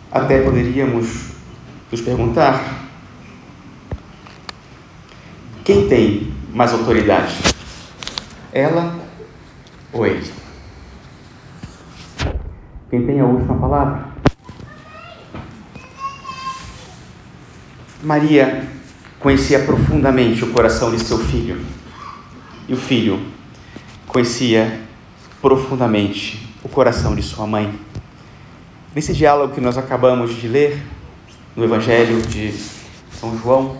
Até poderíamos nos perguntar: quem tem mais autoridade? Ela ou ele? Quem tem a última palavra? Maria conhecia profundamente o coração de seu filho, e o filho conhecia profundamente o coração de sua mãe. Nesse diálogo que nós acabamos de ler no Evangelho de São João,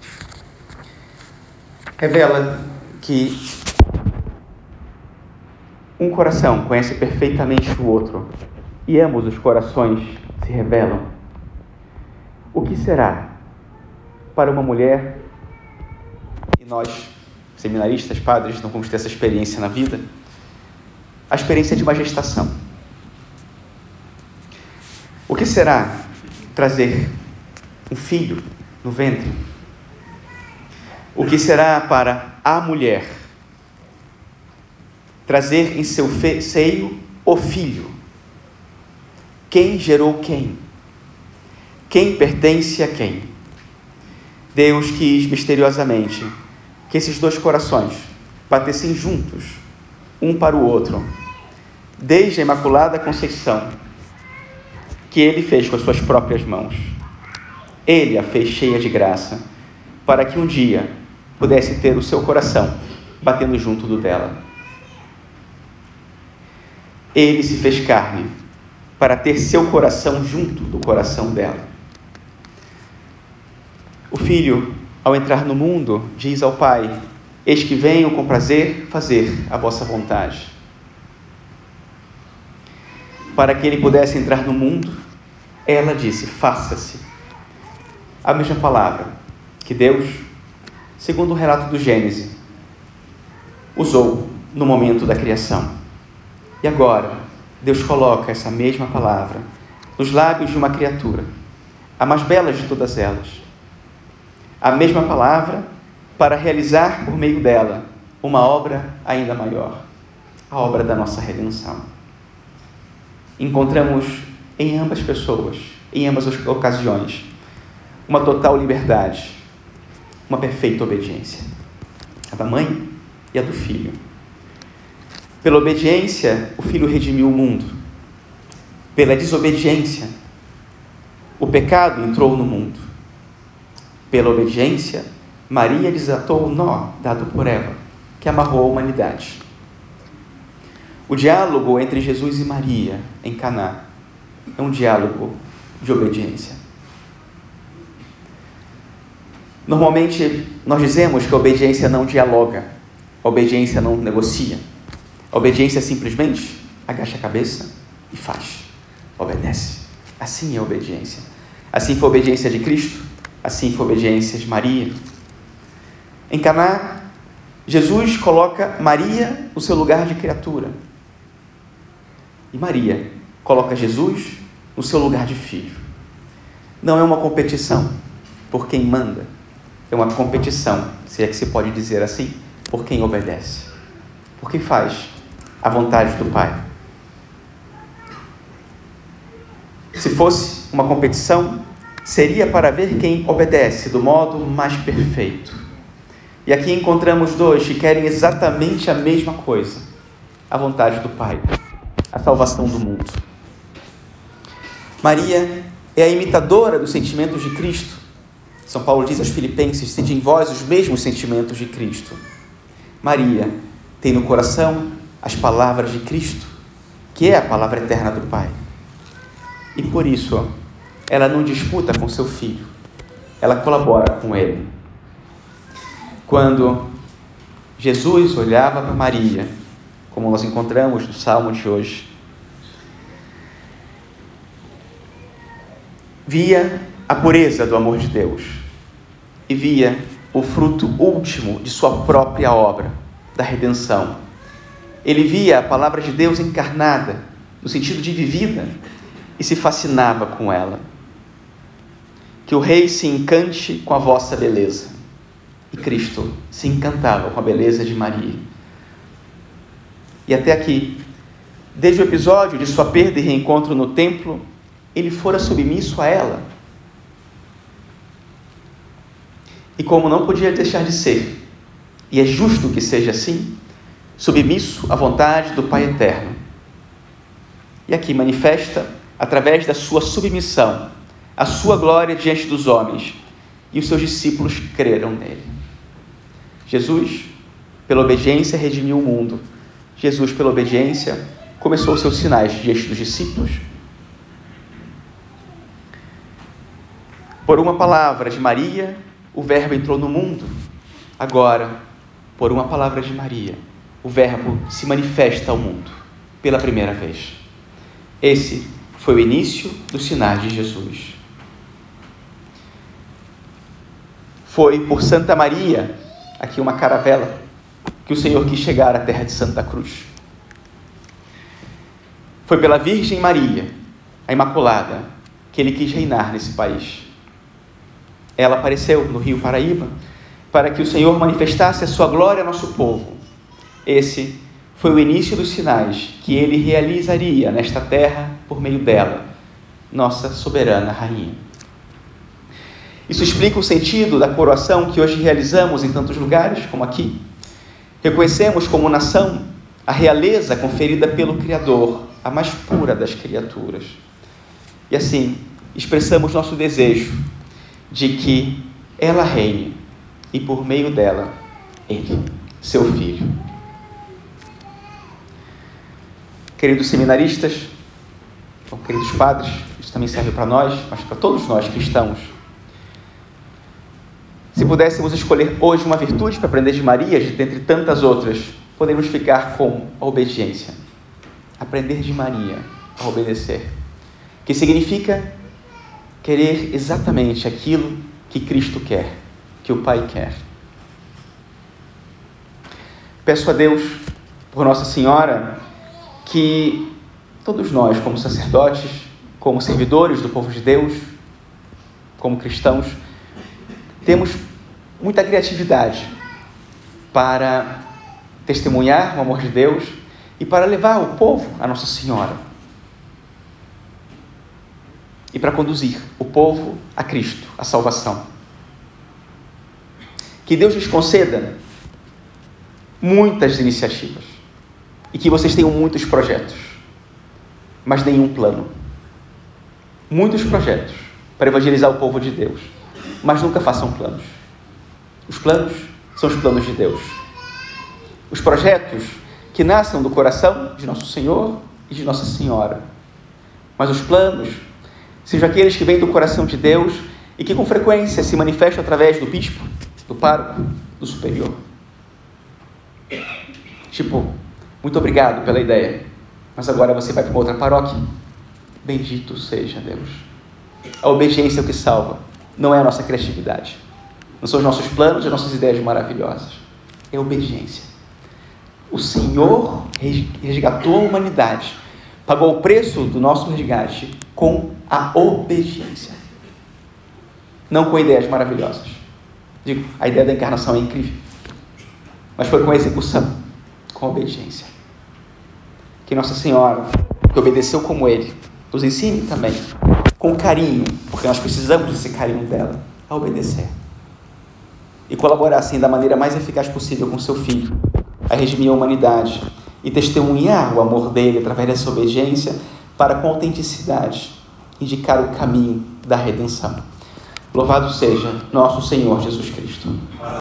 revela que um coração conhece perfeitamente o outro e ambos os corações se revelam. O que será para uma mulher, e nós, seminaristas, padres, não vamos ter essa experiência na vida, a experiência de uma gestação? O que será trazer um filho no ventre? O que será para a mulher trazer em seu seio o filho? Quem gerou quem? Quem pertence a quem? Deus quis misteriosamente que esses dois corações batessem juntos, um para o outro, desde a Imaculada Conceição, que Ele fez com as suas próprias mãos. Ele a fez cheia de graça, para que um dia pudesse ter o seu coração batendo junto do dela. Ele se fez carne para ter seu coração junto do coração dela. O Filho, ao entrar no mundo, diz ao Pai: eis que venho com prazer fazer a vossa vontade. Para que ele pudesse entrar no mundo, ela disse: faça-se. A mesma palavra que Deus, segundo o relato do Gênesis, usou no momento da criação. E agora, Deus coloca essa mesma palavra nos lábios de uma criatura, a mais bela de todas elas. A mesma palavra para realizar por meio dela uma obra ainda maior, a obra da nossa redenção. Encontramos em ambas pessoas, em ambas as ocasiões, uma total liberdade, uma perfeita obediência, a da mãe e a do filho. Pela obediência, o Filho redimiu o mundo. Pela desobediência, o pecado entrou no mundo. Pela obediência, Maria desatou o nó dado por Eva, que amarrou a humanidade. O diálogo entre Jesus e Maria, em Caná, é um diálogo de obediência. Normalmente, nós dizemos que a obediência não dialoga, a obediência não negocia. A obediência simplesmente agacha a cabeça e faz, obedece. Assim é a obediência. Assim foi a obediência de Cristo, assim foi a obediência de Maria. Em Caná, Jesus coloca Maria no seu lugar de criatura. E Maria coloca Jesus no seu lugar de filho. Não é uma competição por quem manda, é uma competição, se é que se pode dizer assim, por quem obedece, por quem faz a vontade do Pai. Se fosse uma competição, seria para ver quem obedece do modo mais perfeito. E aqui encontramos dois que querem exatamente a mesma coisa, a vontade do Pai, a salvação do mundo. Maria é a imitadora dos sentimentos de Cristo. São Paulo diz aos Filipenses: sede em vós os mesmos sentimentos de Cristo. Maria tem no coração as palavras de Cristo, que é a palavra eterna do Pai. E por isso, ela não disputa com seu filho, ela colabora com ele. Quando Jesus olhava para Maria, como nós encontramos no Salmo de hoje, via a pureza do amor de Deus e via o fruto último de sua própria obra, da redenção. Ele via a palavra de Deus encarnada, no sentido de vivida, e se fascinava com ela. Que o Rei se encante com a vossa beleza. E Cristo se encantava com a beleza de Maria. E até aqui, desde o episódio de sua perda e reencontro no templo, ele fora submisso a ela. E como não podia deixar de ser, e é justo que seja assim, submisso à vontade do Pai Eterno. E aqui manifesta, através da sua submissão, a sua glória diante dos homens, e os seus discípulos creram nele. Jesus, pela obediência, redimiu o mundo. Jesus, pela obediência, começou os seus sinais diante dos discípulos. Por uma palavra de Maria, o Verbo entrou no mundo. Agora, por uma palavra de Maria, o Verbo se manifesta ao mundo pela primeira vez. Esse foi o início dos sinais de Jesus. Foi por Santa Maria, aqui uma caravela, que o Senhor quis chegar à terra de Santa Cruz. Foi pela Virgem Maria, a Imaculada, que ele quis reinar nesse país. Ela apareceu no Rio Paraíba para que o Senhor manifestasse a sua glória ao nosso povo. Esse foi o início dos sinais que ele realizaria nesta terra por meio dela, nossa soberana rainha. Isso explica o sentido da coroação que hoje realizamos em tantos lugares como aqui. Reconhecemos como nação a realeza conferida pelo Criador, a mais pura das criaturas. E assim, expressamos nosso desejo de que ela reine e por meio dela, ele, seu Filho. Queridos seminaristas, queridos padres, isso também serve para nós, mas para todos nós cristãos. Se pudéssemos escolher hoje uma virtude para aprender de Maria, dentre tantas outras, podemos ficar com a obediência. Aprender de Maria a obedecer, que significa querer exatamente aquilo que Cristo quer, que o Pai quer. Peço a Deus, por Nossa Senhora, que todos nós, como sacerdotes, como servidores do povo de Deus, como cristãos, temos muita criatividade para testemunhar o amor de Deus e para levar o povo a Nossa Senhora e para conduzir o povo a Cristo, a salvação. Que Deus lhes conceda muitas iniciativas e que vocês tenham muitos projetos, mas nenhum plano. Muitos projetos para evangelizar o povo de Deus, mas nunca façam planos. Os planos são os planos de Deus. Os projetos que nasçam do coração de Nosso Senhor e de Nossa Senhora. Mas os planos sejam aqueles que vêm do coração de Deus e que com frequência se manifestam através do bispo, do pároco, do superior. Tipo, muito obrigado pela ideia, mas agora você vai para uma outra paróquia. Bendito seja Deus. A obediência é o que salva, não é a nossa criatividade. Não são os nossos planos e as nossas ideias maravilhosas. É a obediência. O Senhor resgatou a humanidade, pagou o preço do nosso resgate com a obediência. Não com ideias maravilhosas. Digo, a ideia da encarnação é incrível, mas foi com a execução, com a obediência. Que Nossa Senhora, que obedeceu como Ele, nos ensine também, com carinho, porque nós precisamos desse carinho dela, a obedecer. E colaborar assim da maneira mais eficaz possível com seu Filho, a redimir a humanidade e testemunhar o amor dele através dessa obediência para com autenticidade indicar o caminho da redenção. Louvado seja nosso Senhor Jesus Cristo.